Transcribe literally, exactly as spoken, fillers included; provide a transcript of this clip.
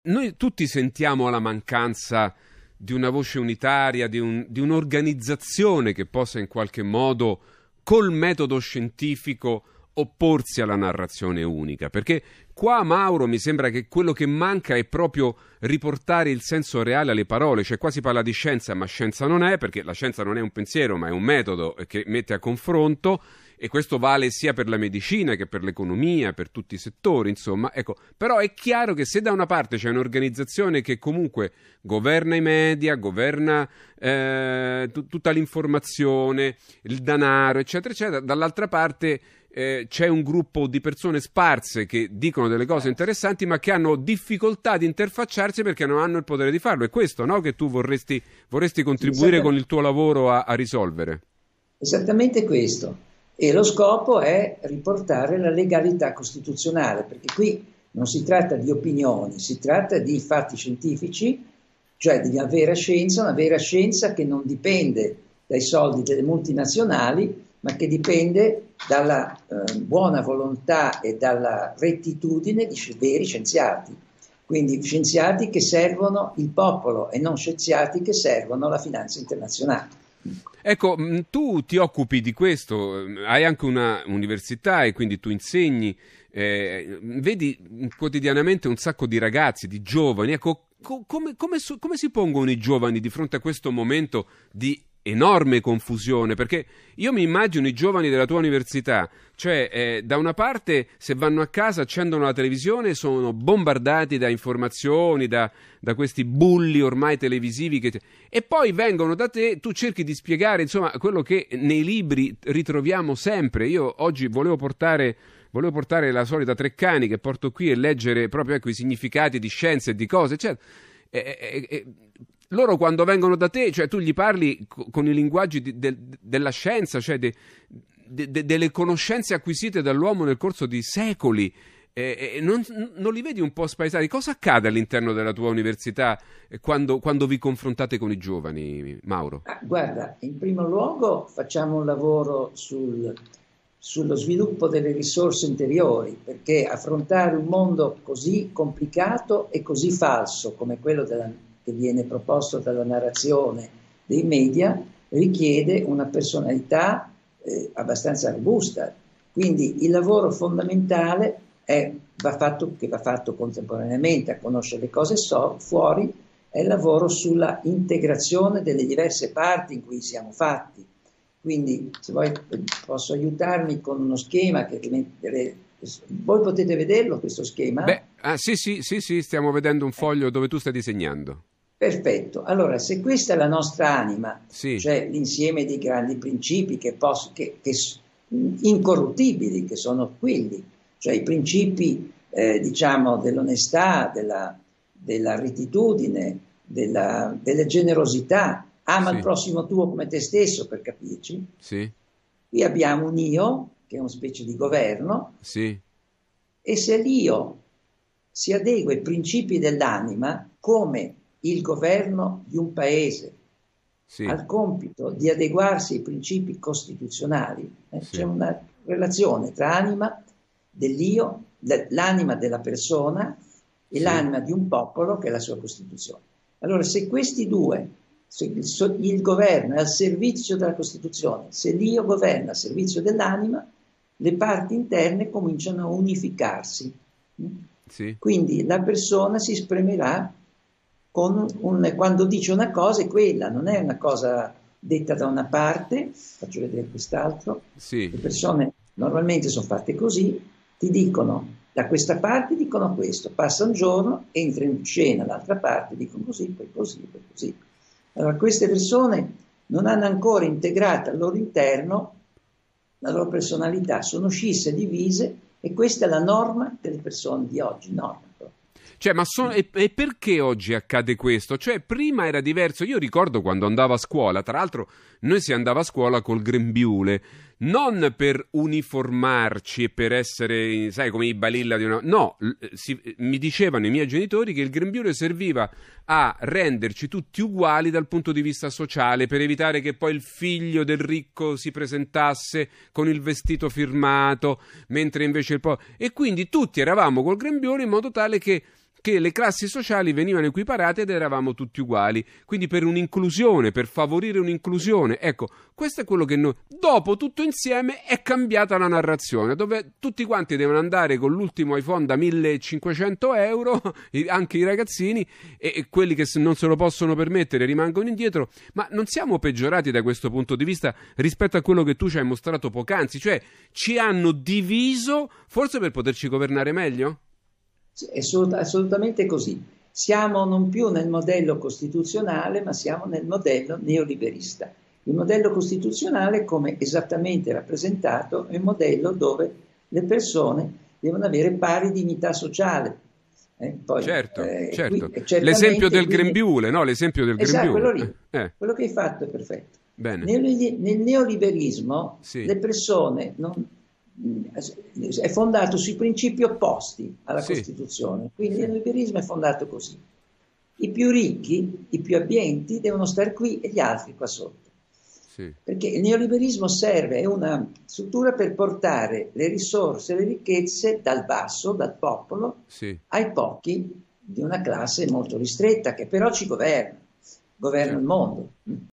Noi tutti sentiamo la mancanza di una voce unitaria, di, un, di un'organizzazione che possa in qualche modo, col metodo scientifico, opporsi alla narrazione unica, perché qua, Mauro, mi sembra che quello che manca è proprio riportare il senso reale alle parole. Cioè qua si parla di scienza, ma scienza non è, perché la scienza non è un pensiero, ma è un metodo che mette a confronto, e questo vale sia per la medicina che per l'economia, per tutti i settori, insomma. Ecco, però è chiaro che se da una parte c'è un'organizzazione che comunque governa i media, governa eh, t- tutta l'informazione, il denaro, eccetera, eccetera, dall'altra parte eh, c'è un gruppo di persone sparse che dicono delle cose interessanti, ma che hanno difficoltà di interfacciarsi perché non hanno il potere di farlo. È questo, no, che tu vorresti, vorresti contribuire con il tuo lavoro a, a risolvere? Esattamente questo. E lo scopo è riportare la legalità costituzionale, perché qui non si tratta di opinioni, si tratta di fatti scientifici, cioè di una vera scienza, una vera scienza che non dipende dai soldi delle multinazionali, ma che dipende dalla eh, buona volontà e dalla rettitudine di veri scienziati. Quindi scienziati che servono il popolo e non scienziati che servono la finanza internazionale. Ecco, tu ti occupi di questo, hai anche una università e quindi tu insegni, eh, vedi quotidianamente un sacco di ragazzi, di giovani. Ecco, co- come, come, come si pongono i giovani di fronte a questo momento di enorme confusione? Perché io mi immagino i giovani della tua università, cioè eh, da una parte se vanno a casa accendono la televisione, sono bombardati da informazioni, da, da questi bulli ormai televisivi che... e poi vengono da te, tu cerchi di spiegare insomma quello che nei libri ritroviamo sempre. Io oggi volevo portare volevo portare la solita Treccani che porto qui e leggere proprio, ecco, i significati di scienze e di cose, eccetera. E, e, e, loro quando vengono da te, cioè tu gli parli con i linguaggi di, de, della scienza, cioè de, de, de, delle conoscenze acquisite dall'uomo nel corso di secoli, e, e non, non li vedi un po' spaesati? Cosa accade all'interno della tua università quando, quando vi confrontate con i giovani, Mauro? Ah, guarda, in primo luogo facciamo un lavoro sul, sullo sviluppo delle risorse interiori, perché affrontare un mondo così complicato e così falso come quello della che viene proposto dalla narrazione dei media richiede una personalità eh, abbastanza robusta. Quindi il lavoro fondamentale è, va fatto, che va fatto contemporaneamente a conoscere le cose so, fuori, è il lavoro sulla integrazione delle diverse parti in cui siamo fatti. Quindi se vuoi posso aiutarmi con uno schema che voi potete vederlo questo schema? Beh, ah, sì, sì, sì, sì, stiamo vedendo un foglio dove tu stai disegnando. Perfetto, allora se questa è la nostra anima, sì. Cioè l'insieme di grandi principi che, posso, che, che incorruttibili, che sono quelli, cioè i principi eh, diciamo dell'onestà, della, della rettitudine, della, della generosità, ama sì. il prossimo tuo come te stesso, per capirci. Sì. Qui abbiamo un io, che è una specie di governo, sì. E se l'io si adegua ai principi dell'anima come il governo di un paese sì. al compito di adeguarsi ai principi costituzionali, eh, sì. c'è una relazione tra anima dell'io, de, l'anima della persona e sì. l'anima di un popolo che è la sua Costituzione. Allora se questi due, se il, il governo è al servizio della Costituzione, se l'io governa al servizio dell'anima, le parti interne cominciano a unificarsi. Sì. Quindi la persona si esprimerà con un, quando dice una cosa è quella, non è una cosa detta da una parte. Faccio vedere quest'altro. Sì. Le persone normalmente sono fatte così, ti dicono da questa parte dicono questo, passa un giorno, entra in scena l'altra parte, dicono così, poi così, poi così. Allora queste persone non hanno ancora integrato al loro interno la loro personalità, sono scisse, divise, e questa è la norma delle persone di oggi, norma. Cioè, ma so- e, e perché oggi accade questo? Cioè, prima era diverso. Io ricordo quando andavo a scuola, tra l'altro noi si andava a scuola col grembiule, non per uniformarci e per essere, sai, come i balilla di una... No, si, mi dicevano i miei genitori che il grembiule serviva a renderci tutti uguali dal punto di vista sociale, per evitare che poi il figlio del ricco si presentasse con il vestito firmato, mentre invece il povero... E quindi tutti eravamo col grembiule in modo tale che che le classi sociali venivano equiparate ed eravamo tutti uguali, quindi per un'inclusione, per favorire un'inclusione. Ecco, questo è quello che noi, dopo tutto insieme è cambiata la narrazione, dove tutti quanti devono andare con l'ultimo iPhone da millecinquecento euro, anche i ragazzini, e, e quelli che non se lo possono permettere rimangono indietro. Ma non siamo peggiorati da questo punto di vista rispetto a quello che tu ci hai mostrato poc'anzi? Cioè, ci hanno diviso forse per poterci governare meglio? È assolutamente così. Siamo non più nel modello costituzionale, ma siamo nel modello neoliberista. Il modello costituzionale, come esattamente rappresentato, è un modello dove le persone devono avere pari dignità sociale. Eh, poi, certo, eh, certo. Qui, l'esempio del quindi, grembiule, no? L'esempio del esatto, grembiule. quello lì. Eh. Quello che hai fatto è perfetto. Bene. Nel, nel neoliberismo sì. le persone non, è fondato sui principi opposti alla sì. Costituzione, quindi sì. Il neoliberismo è fondato così: i più ricchi, i più abbienti devono stare qui e gli altri qua sotto, sì. Perché il neoliberismo serve, è una struttura per portare le risorse, le ricchezze dal basso, dal popolo, sì. Ai pochi di una classe molto ristretta che però ci governa, governa sì. Il mondo.